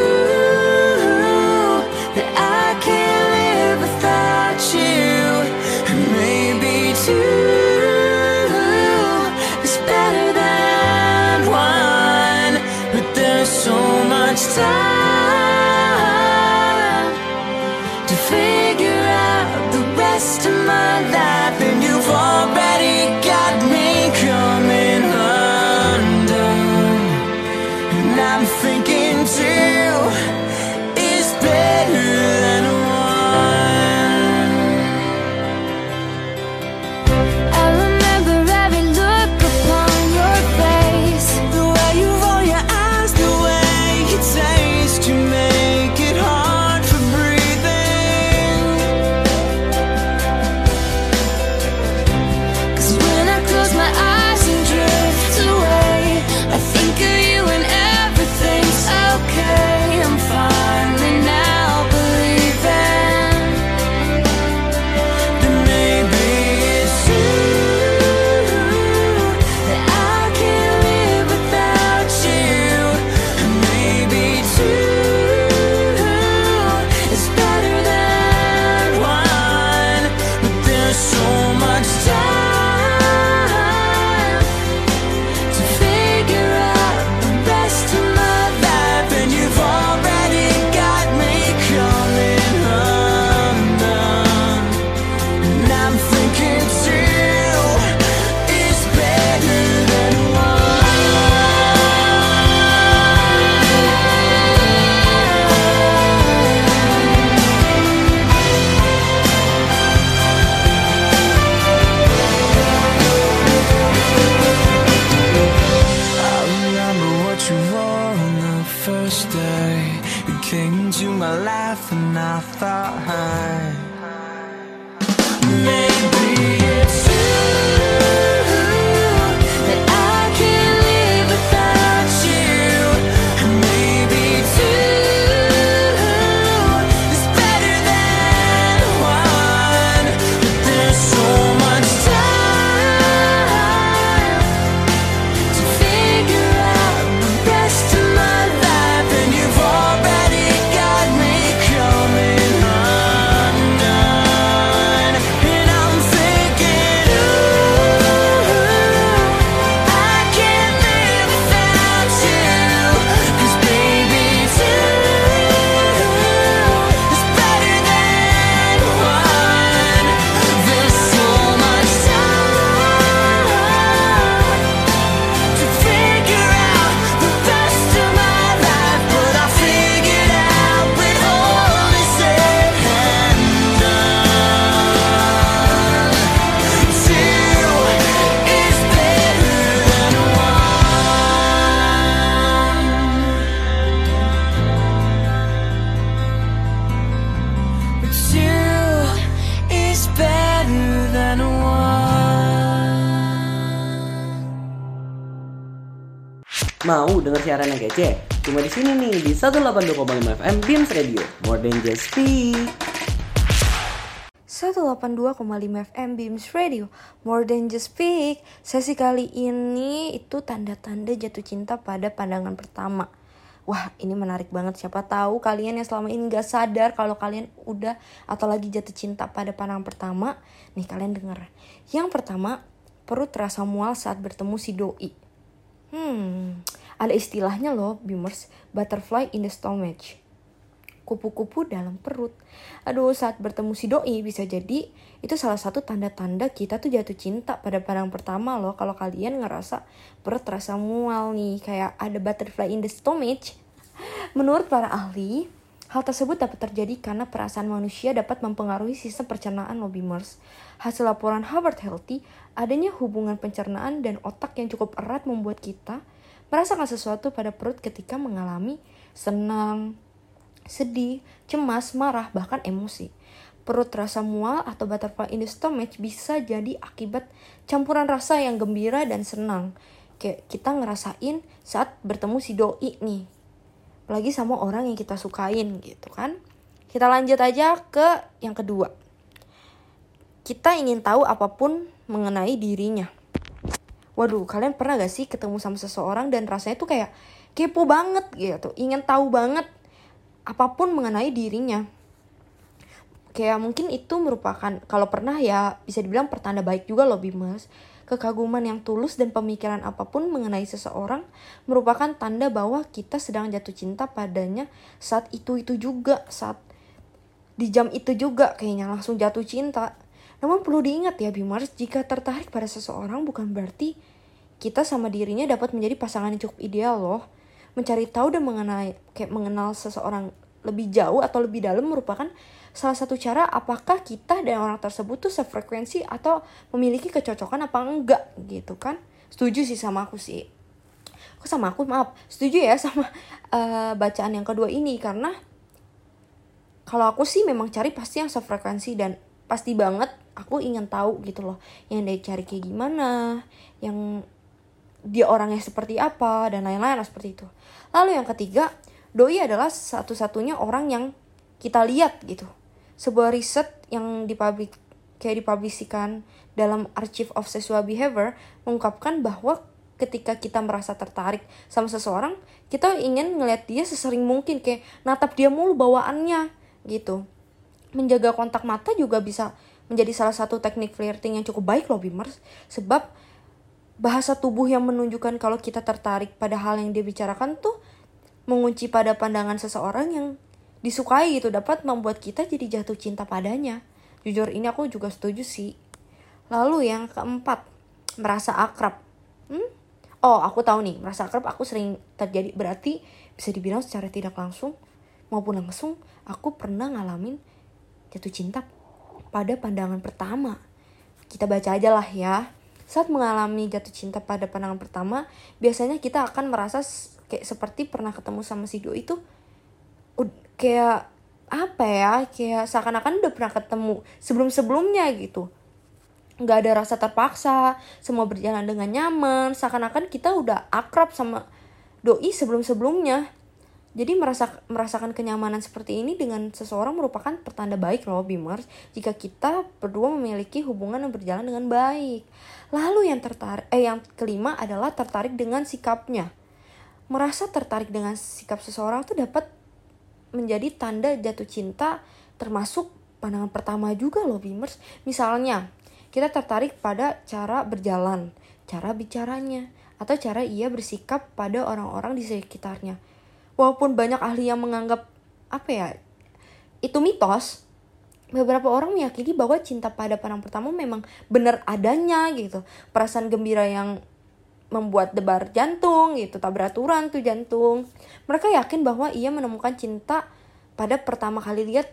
true that I can't live without you. And maybe two is better than time to figure out the rest of my life, and you've already got me coming undone. And I'm thinking two is better than one. I remember every look upon your face. The way you roll your eyes, the way you taste, you make it hard for breathing. 'Cause when I close my eyes and drift away, I think of you and everything's okay. I'm finally now believing Then maybe it's true that I can't live without you. And maybe two is better than one. But there's so much time to figure out the rest of my life, and you've already got me coming undone. And I'm thinking two is better than I remember what you wore on the first day you came into my life, and I thought, maybe it's true that I can't live without you. And maybe two is better than one. But there's so much time to figure out the rest of my life, and you've already got me coming undone. And I'm thinking, ooh, I can't live without you. 'Cause baby, two is better than one. There's so much time to figure out the rest of my life, but I figured out when all is said and done, two is better than one. Two is better than one. Mau denger siaran yang kece? Cuma di sini nih di 182,5 FM Beams Radio. More than just speak. 182,5 FM Beams Radio, More Than Just Speak. Sesi kali ini itu tanda-tanda jatuh cinta pada pandangan pertama. Wah, ini menarik banget. Siapa tahu kalian yang selama ini gak sadar kalau kalian udah atau lagi jatuh cinta pada pandangan pertama. Nih, kalian denger. Yang pertama, perut terasa mual saat bertemu si doi. Ada istilahnya loh, Beamers, butterfly in the stomach. Kupu-kupu dalam perut. Aduh, saat bertemu si doi bisa jadi itu salah satu tanda-tanda kita tuh jatuh cinta pada pandangan pertama loh. Kalau kalian ngerasa perut terasa mual nih, kayak ada butterfly in the stomach. Menurut para ahli, hal tersebut dapat terjadi karena perasaan manusia dapat mempengaruhi sistem pencernaan loh, Beamers. Hasil laporan Harvard Healthy, adanya hubungan pencernaan dan otak yang cukup erat membuat kita merasakan sesuatu pada perut ketika mengalami senang, sedih, cemas, marah, bahkan emosi. Perut terasa mual atau butterfly in the stomach bisa jadi akibat campuran rasa yang gembira dan senang. Kayak kita ngerasain saat bertemu si doi nih. Apalagi sama orang yang kita sukain gitu kan. Kita lanjut aja ke yang kedua. Kita ingin tahu apapun mengenai dirinya. Waduh, kalian pernah gak sih ketemu sama seseorang dan rasanya tuh kayak kepo banget gitu. Ingin tahu banget apapun mengenai dirinya. Kayak mungkin itu merupakan, kalau pernah ya bisa dibilang pertanda baik juga loh, Bimas. Kekaguman yang tulus dan pemikiran apapun mengenai seseorang merupakan tanda bahwa kita sedang jatuh cinta padanya saat itu juga, saat di jam itu juga kayaknya langsung jatuh cinta. Namun perlu diingat ya Bimars, jika tertarik pada seseorang bukan berarti kita sama dirinya dapat menjadi pasangan yang cukup ideal loh. Mencari tahu dan mengenal seseorang lebih jauh atau lebih dalam merupakan salah satu cara apakah kita dan orang tersebut tuh sefrekuensi atau memiliki kecocokan apa enggak gitu kan. Setuju sih sama aku sih. Setuju ya sama bacaan yang kedua ini, karena kalau aku sih memang cari pasti yang sefrekuensi dan pasti banget aku ingin tahu gitu loh. Yang dia cari kayak gimana, yang dia orangnya seperti apa, dan lain-lain seperti itu. Lalu yang ketiga, doi adalah satu-satunya orang yang kita lihat gitu. Sebuah riset yang dipublikasikan dalam Archive of Sexual Behavior mengungkapkan bahwa ketika kita merasa tertarik sama seseorang, kita ingin ngeliat dia sesering mungkin, kayak natap dia mulu bawaannya gitu. Menjaga kontak mata juga bisa menjadi salah satu teknik flirting yang cukup baik loh Bimers. Sebab bahasa tubuh yang menunjukkan kalau kita tertarik pada hal yang dia bicarakan tuh mengunci pada pandangan seseorang yang disukai gitu, dapat membuat kita jadi jatuh cinta padanya. Jujur ini aku juga setuju sih. Lalu yang keempat, merasa akrab. Oh aku tahu nih, merasa akrab aku sering terjadi. Berarti bisa dibilang secara tidak langsung maupun langsung aku pernah ngalamin jatuh cinta pada pandangan pertama. Kita baca aja lah ya. Saat mengalami jatuh cinta pada pandangan pertama, biasanya kita akan merasa kayak seperti pernah ketemu sama si doi itu kayak apa ya, kayak seakan-akan udah pernah ketemu sebelum-sebelumnya gitu. Gak ada rasa terpaksa, semua berjalan dengan nyaman, seakan-akan kita udah akrab sama doi sebelum-sebelumnya. Jadi merasakan kenyamanan seperti ini dengan seseorang merupakan pertanda baik loh Bimers, jika kita berdua memiliki hubungan yang berjalan dengan baik. Lalu yang kelima adalah tertarik dengan sikapnya. Merasa tertarik dengan sikap seseorang itu dapat menjadi tanda jatuh cinta, termasuk pandangan pertama juga loh Bimers. Misalnya, kita tertarik pada cara berjalan, cara bicaranya, atau cara ia bersikap pada orang-orang di sekitarnya. Walaupun banyak ahli yang menganggap itu mitos, beberapa orang meyakini bahwa cinta pada pandang pertama memang benar adanya gitu. Perasaan gembira yang membuat debar jantung gitu, tak beraturan tuh jantung. Mereka yakin bahwa ia menemukan cinta pada pertama kali lihat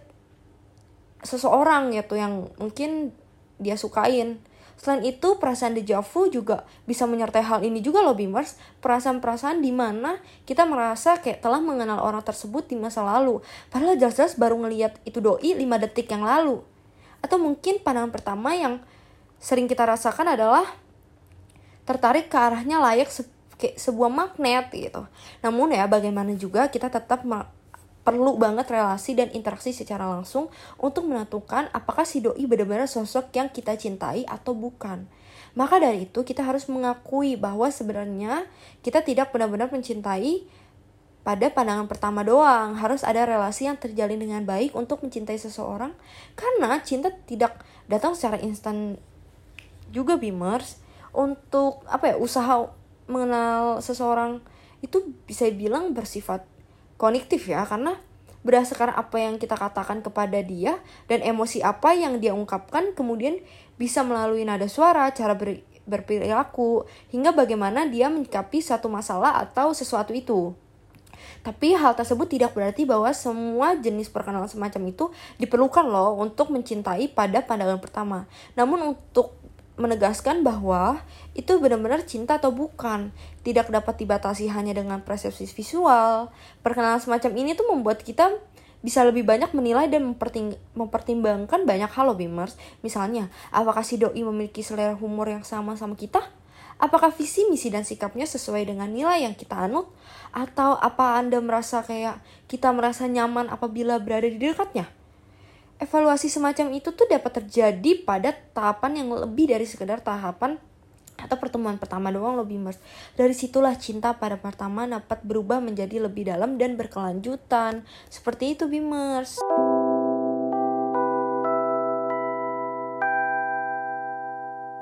seseorang gitu yang mungkin dia sukain. Selain itu, perasaan deja vu juga bisa menyertai hal ini juga loh Bimers. Perasaan-perasaan di mana kita merasa kayak telah mengenal orang tersebut di masa lalu, padahal jelas-jelas baru ngelihat itu doi 5 detik yang lalu. Atau mungkin pandangan pertama yang sering kita rasakan adalah tertarik ke arahnya layak kayak sebuah magnet gitu. Namun ya bagaimana juga kita tetap perlu banget relasi dan interaksi secara langsung untuk menentukan apakah si doi benar-benar sosok yang kita cintai atau bukan. Maka dari itu kita harus mengakui bahwa sebenarnya kita tidak benar-benar mencintai pada pandangan pertama doang. Harus ada relasi yang terjalin dengan baik untuk mencintai seseorang, karena cinta tidak datang secara instan juga Bimers. Untuk usaha mengenal seseorang itu bisa dibilang bersifat kognitif ya, karena berdasarkan apa yang kita katakan kepada dia dan emosi apa yang dia ungkapkan, kemudian bisa melalui nada suara, cara berperilaku, hingga bagaimana dia menyikapi satu masalah atau sesuatu itu. Tapi hal tersebut tidak berarti bahwa semua jenis perkenalan semacam itu diperlukan loh untuk mencintai pada pandangan pertama. Namun untuk menegaskan bahwa itu benar-benar cinta atau bukan tidak dapat dibatasi hanya dengan persepsi visual. Perkenalan semacam ini tuh membuat kita bisa lebih banyak menilai dan mempertimbangkan banyak hal loh Bimers. Misalnya, apakah si doi memiliki selera humor yang sama kita? Apakah visi, misi, dan sikapnya sesuai dengan nilai yang kita anut? Atau apa Anda merasa kayak kita merasa nyaman apabila berada di dekatnya? Evaluasi semacam itu tuh dapat terjadi pada tahapan yang lebih dari sekedar tahapan atau pertemuan pertama doang loh Bimers. Dari situlah cinta pada pertama dapat berubah menjadi lebih dalam dan berkelanjutan. Seperti itu Bimers.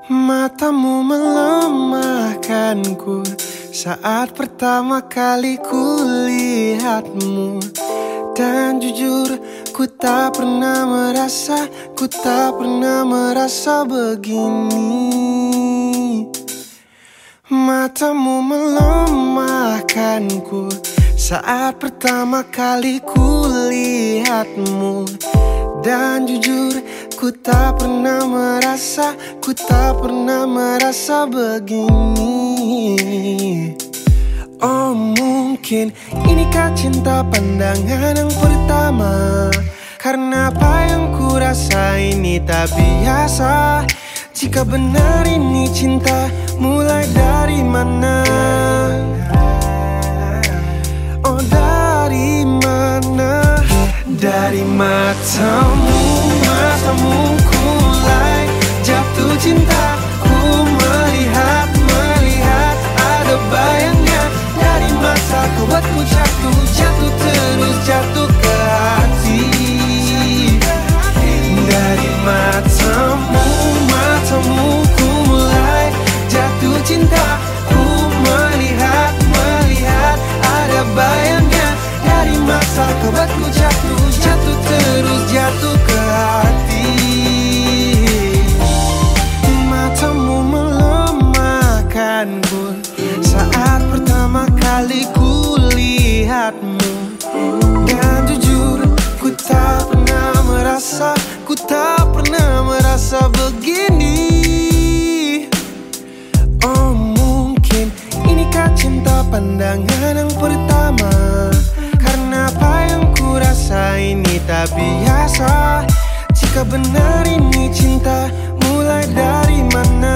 Matamu melemahkanku saat pertama kali kulihatmu. Dan jujur ku tak pernah merasa begini. Matamu melemahkanku saat pertama kali kulihatmu. Dan jujur ku tak pernah merasa begini. Oh mungkin inikah cinta pandangan yang pertama, karena apa yang ku rasa ini tak biasa. Jika benar ini cinta, mulai dari mana? Oh dari mana? Dari matamu ku mulai jatuh cinta. Ku melihat ada bayangnya. Dari mata kau buatku jatuh terus jatuh ke hati. Dari matamu ku mulai jatuh cinta. Ku melihat ada bayangnya. Dari mata kau buatku jatuh terus jatuh ke hati. Matamu melemahkanku saat pertama kali kulihatmu. Dan jujur ku tak pernah merasa begini. Oh mungkin inikah cinta pandangan yang pertama, karena apa yang ku rasa ini tak biasa. Jika benar ini cinta, mulai dari mana?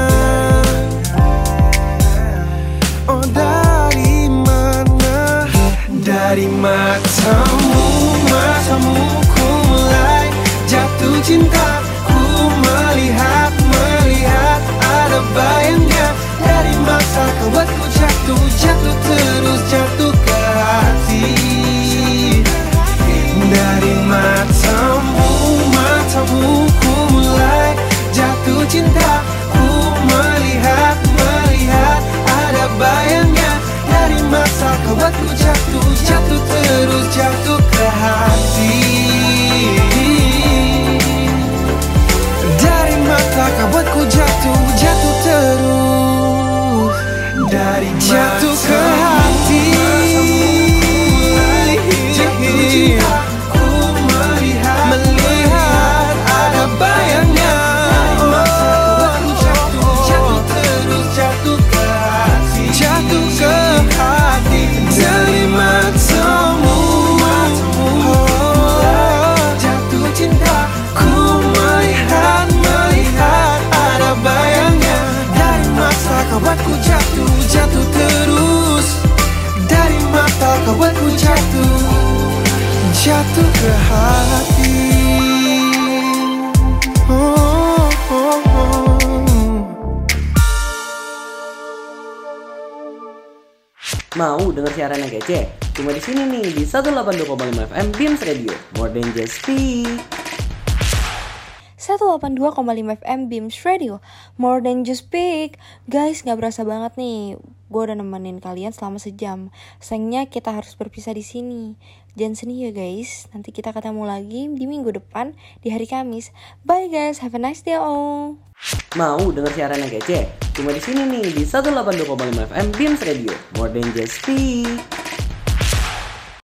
Oh dari mana? Dari matamu ku mulai jatuh cinta. Ku melihat ada bayangnya. Dari mata kau buatku jatuh terus jatuh ke hati. Dari matamu ku mulai jatuh cinta. Ku melihat ada bayangnya. Dari mata kau buatku jatuh terus jatuh ke hati. Dari mata kau buatku jatuh terus. Dari jatuh ke hati. Jatuh cinta. Ku melihat ada bayangnya. Dari mata kau buatku jatuh terus jatuh ke hati. Jatuh ke hati. Dari matamu jatuh cinta. Ku melihat ada bayangnya. Dari mata kau buatku jatuh terus. Dari mata kau buatku jatuh ke hati. Oh, oh, oh. Mau denger siaran yang kece? Cuma di sini nih di 182,5 FM Beams Radio. More than just speak. 182,5 FM Beams Radio, more than just speak. Guys, gak berasa banget nih, gue udah nemenin kalian selama sejam. Sayangnya kita harus berpisah di sini. Jangan sedih ya guys, nanti kita ketemu lagi di minggu depan di hari Kamis. Bye guys, have a nice day all. Mau denger siaran yang kece? Cuma di sini nih di 182,5 FM Beams Radio, more than just speak.